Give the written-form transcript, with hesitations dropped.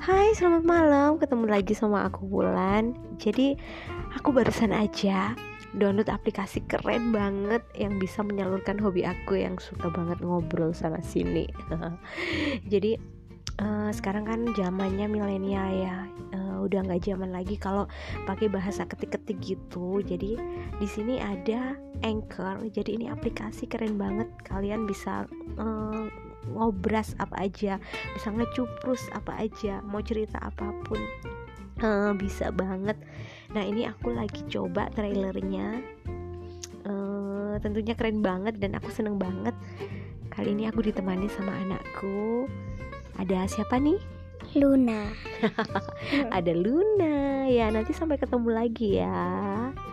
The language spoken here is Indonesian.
Hai, selamat malam. Ketemu lagi sama aku Wulan. Jadi, aku barusan aja download aplikasi keren banget yang bisa menyalurkan hobi aku yang suka banget ngobrol sana sini. Jadi, sekarang kan zamannya milenial ya. Udah nggak zaman lagi kalau pakai bahasa ketik-ketik gitu. Jadi di sini ada Anchor. Jadi ini aplikasi keren banget. Kalian bisa ngobras apa aja, bisa ngecuprus apa aja, mau cerita apapun bisa banget. Nah ini aku lagi coba trailernya. Tentunya keren banget dan aku seneng banget. Kali ini aku ditemani sama anakku. Ada siapa nih? Luna. Ada Luna. Ya nanti sampai ketemu lagi ya.